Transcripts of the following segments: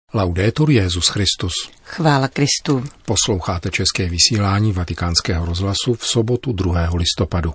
Laudetur Jesus Christus. Chvála Kristu. Posloucháte české vysílání Vatikánského rozhlasu v sobotu 2. listopadu.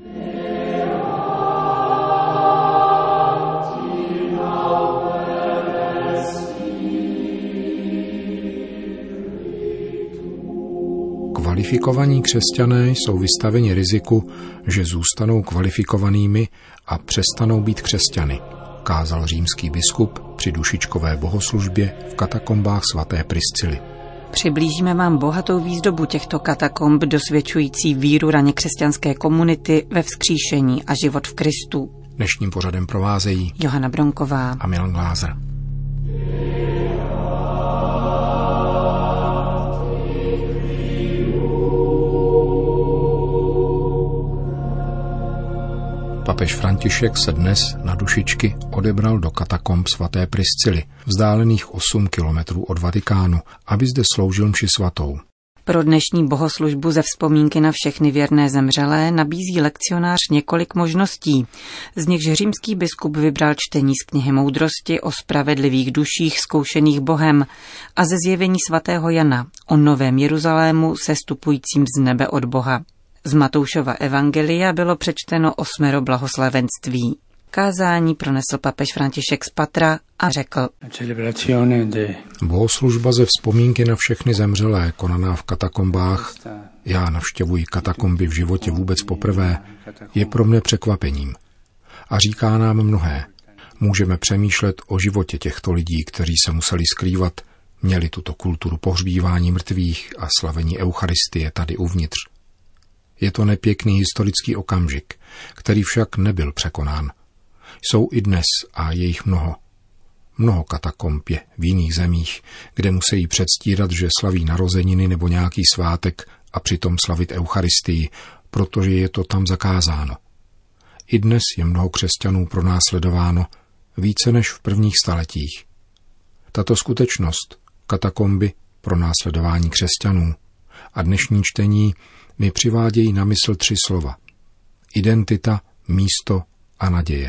Kvalifikovaní křesťané jsou vystaveni riziku, že zůstanou kvalifikovanými a přestanou být křesťany, kázal římský biskup při dušičkové bohoslužbě v katakombách svaté Priscily. Přiblížíme vám bohatou výzdobu těchto katakomb, dosvědčující víru raně křesťanské komunity ve vzkříšení a život v Kristu. Dnešním pořadem provázejí Johana Bronková a Milan Glázer. Papež František se dnes na dušičky odebral do katakomb svaté Priscily, vzdálených 8 kilometrů od Vatikánu, aby zde sloužil mši svatou. Pro dnešní bohoslužbu ze vzpomínky na všechny věrné zemřelé nabízí lekcionář několik možností. Z nichž římský biskup vybral čtení z knihy Moudrosti o spravedlivých duších zkoušených Bohem a ze zjevení svatého Jana o Novém Jeruzalému sestupujícím z nebe od Boha. Z Matoušova evangelia bylo přečteno 8 blahoslavenství. Kázání pronesl papež František z Patra a řekl: Bohoslužba ze vzpomínky na všechny zemřelé, konaná v katakombách, já navštěvuji katakomby v životě vůbec poprvé, je pro mne překvapením. A říká nám mnohé. Můžeme přemýšlet o životě těchto lidí, kteří se museli skrývat, měli tuto kulturu pohřbívání mrtvých a slavení eucharistie tady uvnitř. Je to nepěkný historický okamžik, který však nebyl překonán. Jsou i dnes a je jich mnoho. Mnoho katakomb je v jiných zemích, kde musí předstírat, že slaví narozeniny nebo nějaký svátek a přitom slavit eucharistii, protože je to tam zakázáno. I dnes je mnoho křesťanů pronásledováno více než v prvních staletích. Tato skutečnost, katakomby, pronásledování křesťanů a dnešní čtení mi přivádějí na mysl 3 slova. Identita, místo a naděje.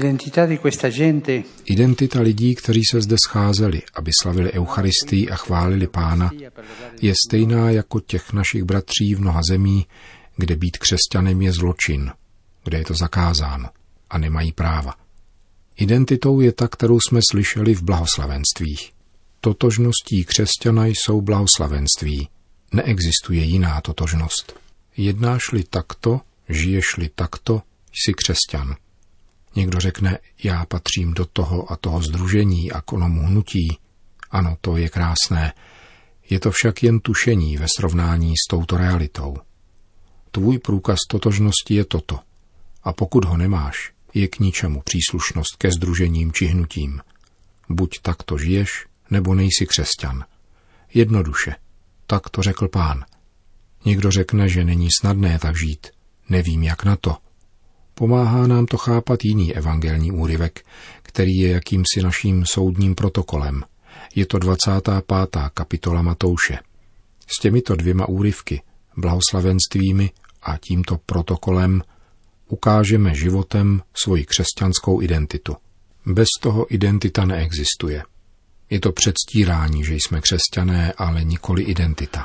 Identita lidí, kteří se zde scházeli, aby slavili eucharistii a chválili Pána, je stejná jako těch našich bratří v mnoha zemí, kde být křesťanem je zločin, kde je to zakázáno a nemají práva. Identitou je ta, kterou jsme slyšeli v blahoslavenstvích. Totožností křesťana jsou blahoslavenství. Neexistuje jiná totožnost. Jednáš-li takto, žiješ-li takto, jsi křesťan. Někdo řekne, já patřím do toho a toho sdružení a k onomu hnutí. Ano, to je krásné. Je to však jen tušení ve srovnání s touto realitou. Tvůj průkaz totožnosti je toto. A pokud ho nemáš, je k ničemu příslušnost ke sdružením či hnutím. Buď takto žiješ, nebo nejsi křesťan. Jednoduše. Tak to řekl Pán. Někdo řekne, že není snadné tak žít. Nevím, jak na to. Pomáhá nám to chápat jiný evangelní úryvek, který je jakýmsi naším soudním protokolem. Je to 25. kapitola Matouše. S těmito 2 úryvky, blahoslavenstvími a tímto protokolem, ukážeme životem svoji křesťanskou identitu. Bez toho identita neexistuje. Je to předstírání, že jsme křesťané, ale nikoli identita.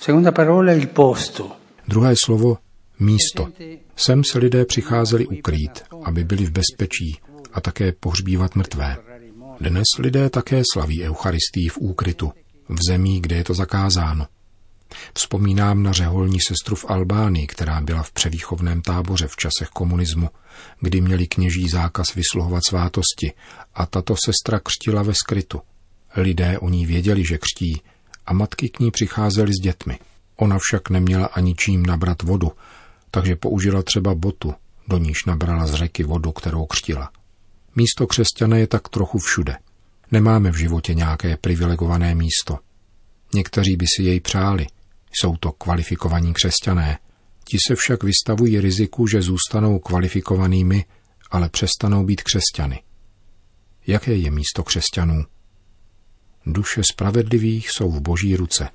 Druhé slovo, místo. Sem se lidé přicházeli ukrýt, aby byli v bezpečí a také pohřbívat mrtvé. Dnes lidé také slaví eucharistii v úkrytu, v zemí, kde je to zakázáno. Vzpomínám na řeholní sestru v Albánii, která byla v převýchovném táboře v časech komunismu, kdy měli kněží zákaz vysluhovat svátosti a tato sestra křtila ve skrytu. Lidé o ní věděli, že křtí, a matky k ní přicházely s dětmi. Ona však neměla ani čím nabrat vodu, takže použila třeba botu, do níž nabrala z řeky vodu, kterou křtila. Místo křesťana je tak trochu všude. Nemáme v životě nějaké privilegované místo. Někteří by si jej přáli. Jsou to kvalifikovaní křesťané. Ti se však vystavují riziku, že zůstanou kvalifikovanými, ale přestanou být křesťany. Jaké je místo křesťanů? Duše spravedlivých jsou v Boží ruce.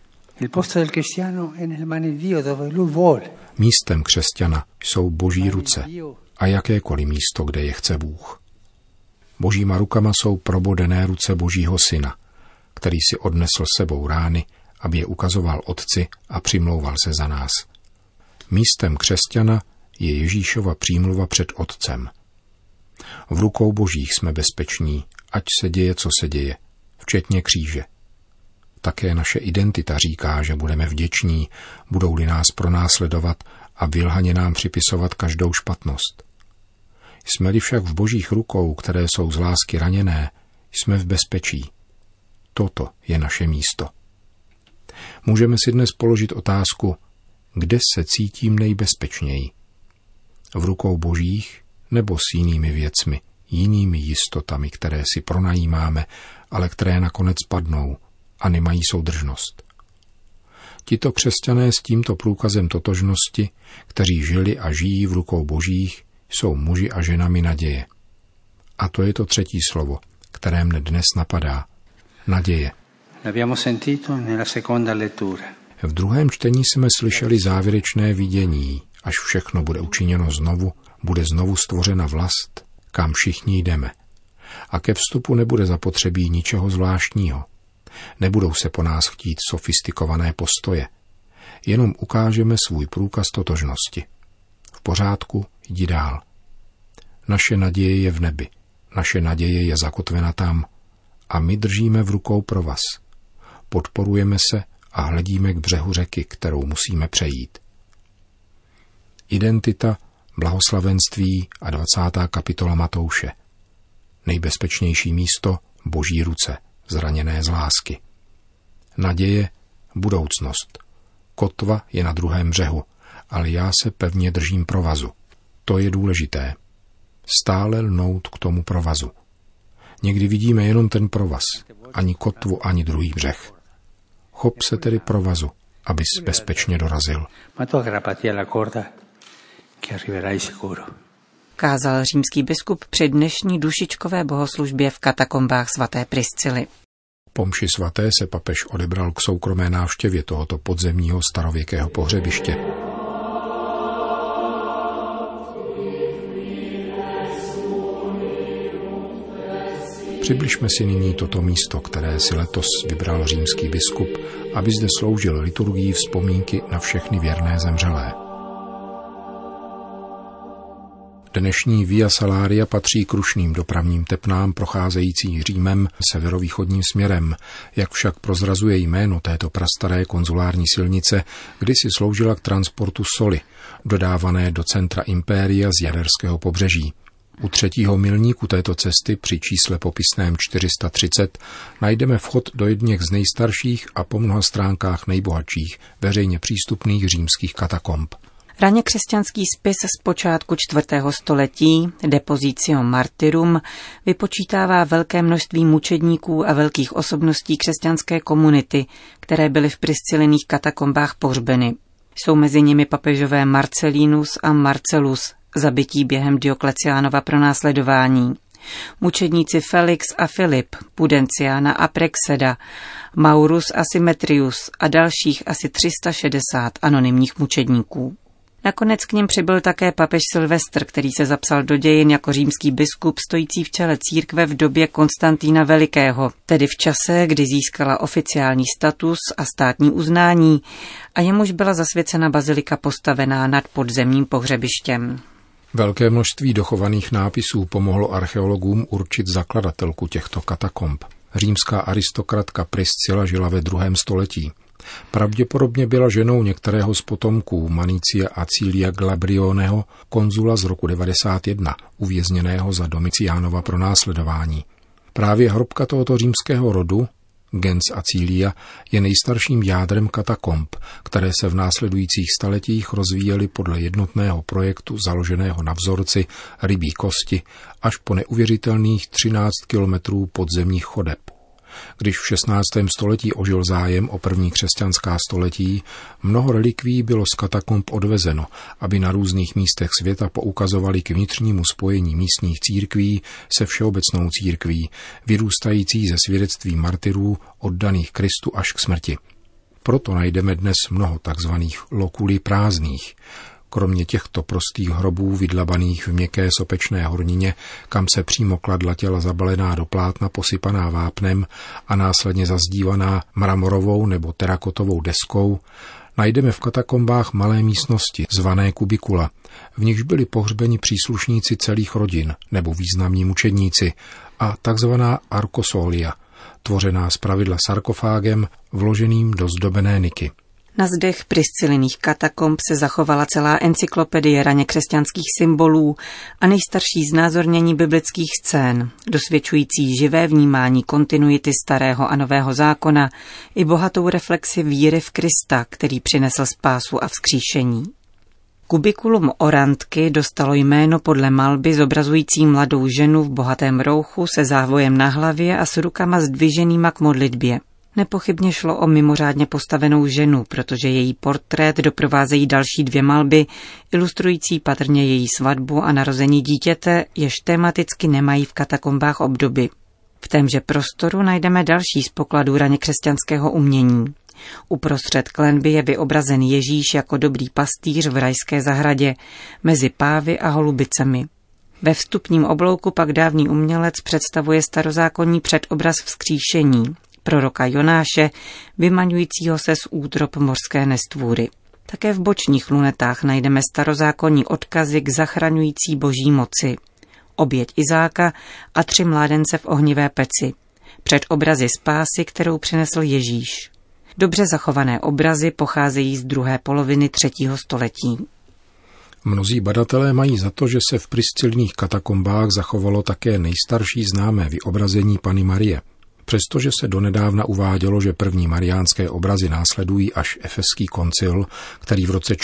Místem křesťana jsou Boží ruce a jakékoliv místo, kde je chce Bůh. Božíma rukama jsou probodené ruce Božího Syna. který si odnesl sebou rány, aby je ukazoval Otci a přimlouval se za nás. Místem křesťana je Ježíšova přímluva před Otcem. V rukou Božích jsme bezpeční, ať se děje, co se děje, včetně kříže. Také naše identita říká, že budeme vděční, budou-li nás pronásledovat a vylhaně nám připisovat každou špatnost. Jsme-li však v Božích rukou, které jsou z lásky raněné, jsme v bezpečí. Toto je naše místo. Můžeme si dnes položit otázku, kde se cítím nejbezpečněji? V rukou Božích nebo s jinými věcmi, jinými jistotami, které si pronajímáme, ale které nakonec padnou a nemají soudržnost? Tito křesťané s tímto průkazem totožnosti, kteří žili a žijí v rukou Božích, jsou muži a ženami naděje. A to je to třetí slovo, které mne dnes napadá. Naděje. V druhém čtení jsme slyšeli závěrečné vidění, až všechno bude učiněno znovu, bude znovu stvořena vlast, kam všichni jdeme. A ke vstupu nebude zapotřebí ničeho zvláštního. Nebudou se po nás chtít sofistikované postoje. Jenom ukážeme svůj průkaz totožnosti. V pořádku, jdi dál. Naše naděje je v nebi. Naše naděje je zakotvena tam. A my držíme v rukou provaz. Podporujeme se a hledíme k břehu řeky, kterou musíme přejít. Identita, blahoslavenství a 20. kapitola Matouše. Nejbezpečnější místo, Boží ruce, zraněné z lásky. Naděje, budoucnost. Kotva je na druhém břehu, ale já se pevně držím provazu. To je důležité. Stále lnout k tomu provazu. Někdy vidíme jenom ten provaz, ani kotvu, ani druhý břeh. Chop se tedy provazu, abys bezpečně dorazil. Kázal římský biskup při dnešní dušičkové bohoslužbě v katakombách svaté Priscily. Po mši svaté se papež odebral k soukromé návštěvě tohoto podzemního starověkého pohřebiště. Přibližme si nyní toto místo, které si letos vybral římský biskup, aby zde sloužil liturgii vzpomínky na všechny věrné zemřelé. Dnešní Via Salaria patří k rušným dopravním tepnám procházející Římem severovýchodním směrem, jak však prozrazuje jméno této prastaré konzulární silnice, kdysi sloužila k transportu soli, dodávané do centra impéria z jaderského pobřeží. U třetího milníku této cesty při čísle popisném 430 najdeme vchod do jedněch z nejstarších a po mnoha stránkách nejbohatších veřejně přístupných římských katakomb. Raně křesťanský spis z počátku 4. století, Depositio Martyrum, vypočítává velké množství mučedníků a velkých osobností křesťanské komunity, které byly v Priscilyných katakombách pohřbeny. Jsou mezi nimi papežové Marcelinus a Marcellus, zabití během Diokleciánova pronásledování. Mučedníci Felix a Filip, Pudenciana a Praxeda, Maurus a Symetrius a dalších asi 360 anonymních mučedníků. Nakonec k nim přibyl také papež Silvestr, který se zapsal do dějin jako římský biskup stojící v čele církve v době Konstantína Velikého, tedy v čase, kdy získala oficiální status a státní uznání a jemuž byla zasvěcena bazilika postavená nad podzemním pohřebištěm. Velké množství dochovaných nápisů pomohlo archeologům určit zakladatelku těchto katakomb. Římská aristokratka Priscila žila ve 2. století. Pravděpodobně byla ženou některého z potomků Manicia Acilia Glabrioneho, konzula z roku 91, uvězněného za Domiciánova pronásledování. Právě hrobka tohoto římského rodu, gens Acilia, je nejstarším jádrem katakomb, které se v následujících staletích rozvíjely podle jednotného projektu založeného na vzorci rybí kosti až po neuvěřitelných 13 kilometrů podzemních chodeb. Když v 16. století ožil zájem o první křesťanská století, mnoho relikví bylo z katakomb odvezeno, aby na různých místech světa poukazovali k vnitřnímu spojení místních církví se všeobecnou církví, vyrůstající ze svědectví martyrů oddaných Kristu až k smrti. Proto najdeme dnes mnoho takzvaných lokulí prázdných, Kromě těchto prostých hrobů vydlabaných v měkké sopečné hornině, kam se přímo kladla těla zabalená do plátna posypaná vápnem a následně zazdívaná mramorovou nebo terakotovou deskou, najdeme v katakombách malé místnosti, zvané kubikula, v nichž byli pohřbeni příslušníci celých rodin nebo významní mučedníci a takzvaná arkosolia, tvořená zpravidla sarkofágem vloženým do zdobené niky. Na zdech Prisciliných katakomb se zachovala celá encyklopedie raně křesťanských symbolů a nejstarší znázornění biblických scén, dosvědčující živé vnímání kontinuity starého a nového zákona i bohatou reflexi víry v Krista, který přinesl spásu a vzkříšení. Kubikulum Orantky dostalo jméno podle malby zobrazující mladou ženu v bohatém rouchu se závojem na hlavě a s rukama zdviženýma k modlitbě. Nepochybně šlo o mimořádně postavenou ženu, protože její portrét doprovázejí další 2 malby, ilustrující patrně její svatbu a narození dítěte, jež tematicky nemají v katakombách obdoby. V témže prostoru najdeme další z pokladů raně křesťanského umění. Uprostřed klenby je vyobrazen Ježíš jako dobrý pastýř v rajské zahradě, mezi pávy a holubicemi. Ve vstupním oblouku pak dávný umělec představuje starozákonní předobraz vzkříšení, proroka Jonáše, vymaňujícího se z útrob mořské nestvůry. Také v bočních lunetách najdeme starozákonní odkazy k zachraňující boží moci. Oběť Izáka a 3 mládence v ohnivé peci. Předobrazy spásy, kterou přinesl Ježíš. Dobře zachované obrazy pocházejí z druhé poloviny 3. století. Mnozí badatelé mají za to, že se v Prisciliných katakombách zachovalo také nejstarší známé vyobrazení Panny Marie. Přestože se donedávna uvádělo, že první mariánské obrazy následují až Efeský koncil, který v roce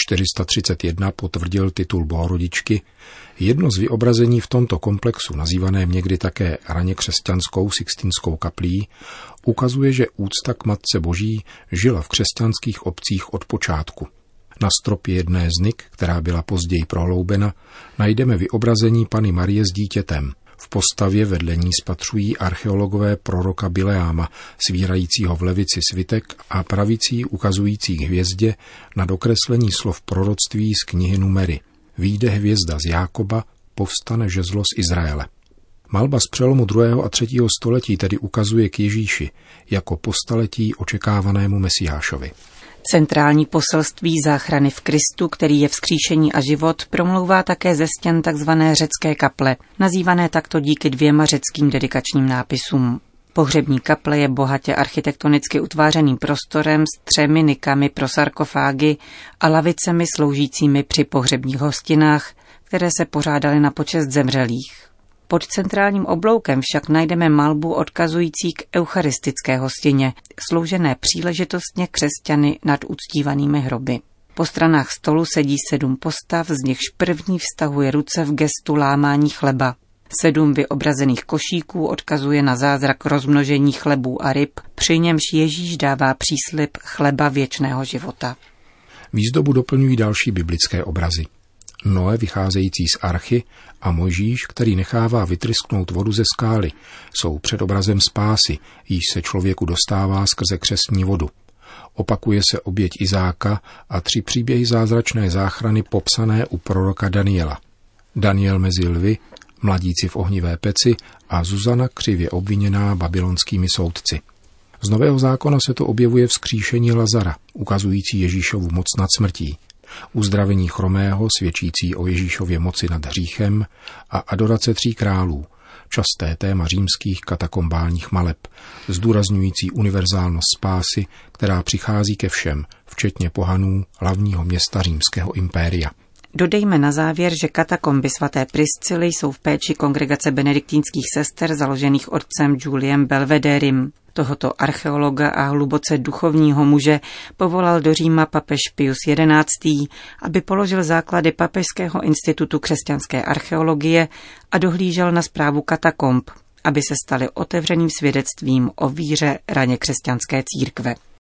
431 potvrdil titul Bohorodičky, jedno z vyobrazení v tomto komplexu, nazývaném někdy také raně křesťanskou Sixtinskou kaplí, ukazuje, že úcta k Matce Boží žila v křesťanských obcích od počátku. Na stropě jedné z nik, která byla později prohloubena, najdeme vyobrazení Panny Marie s dítětem. V postavě vedle ní spatřují archeologové proroka Bileáma, svírajícího v levici svitek a pravicí ukazující k hvězdě na dokreslení slov proroctví z knihy Numery. Vyjde hvězda z Jákoba, povstane žezlo z Izraele. Malba z přelomu 2. a 3. století tedy ukazuje k Ježíši jako po staletí očekávanému Mesiášovi. Centrální poselství záchrany v Kristu, který je vzkříšení a život, promlouvá také ze stěn tzv. Řecké kaple, nazývané takto díky 2 řeckým dedikačním nápisům. Pohřební kaple je bohatě architektonicky utvářeným prostorem s 3 nikami pro sarkofágy a lavicemi sloužícími při pohřebních hostinách, které se pořádaly na počest zemřelých. Pod centrálním obloukem však najdeme malbu odkazující k eucharistické hostině, sloužené příležitostně křesťany nad uctívanými hroby. Po stranách stolu sedí 7 postav, z nichž první vztahuje ruce v gestu lámání chleba. 7 vyobrazených košíků odkazuje na zázrak rozmnožení chlebů a ryb, při němž Ježíš dává příslib chleba věčného života. Výzdobu doplňují další biblické obrazy. Noe vycházející z archy a Mojžíš, který nechává vytrysknout vodu ze skály, jsou předobrazem spásy, jíž se člověku dostává skrze křestní vodu. Opakuje se oběť Izáka a 3 příběhy zázračné záchrany popsané u proroka Daniela. Daniel mezi lvy, mladíci v ohnivé peci a Zuzana křivě obviněná babylonskými soudci. Z Nového zákona se to objevuje vzkříšení Lazara, ukazující Ježíšovu moc nad smrtí, uzdravení chromého, svědčící o Ježíšově moci nad hříchem a adorace 3 králů, časté téma římských katakombálních maleb, zdůrazňující univerzálnost spásy, která přichází ke všem, včetně pohanů hlavního města římského impéria. Dodejme na závěr, že katakomby svaté Priscily jsou v péči kongregace benediktínských sester založených otcem Juliem Belvederim. Tohoto archeologa a hluboce duchovního muže povolal do Říma papež Pius XI., aby položil základy Papežského institutu křesťanské archeologie a dohlížel na správu katakomb, aby se staly otevřeným svědectvím o víře raně křesťanské církve.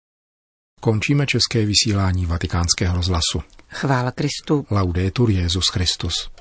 Končíme české vysílání Vatikánského rozhlasu. Chvála Kristu. Laudetur Jesus Christus.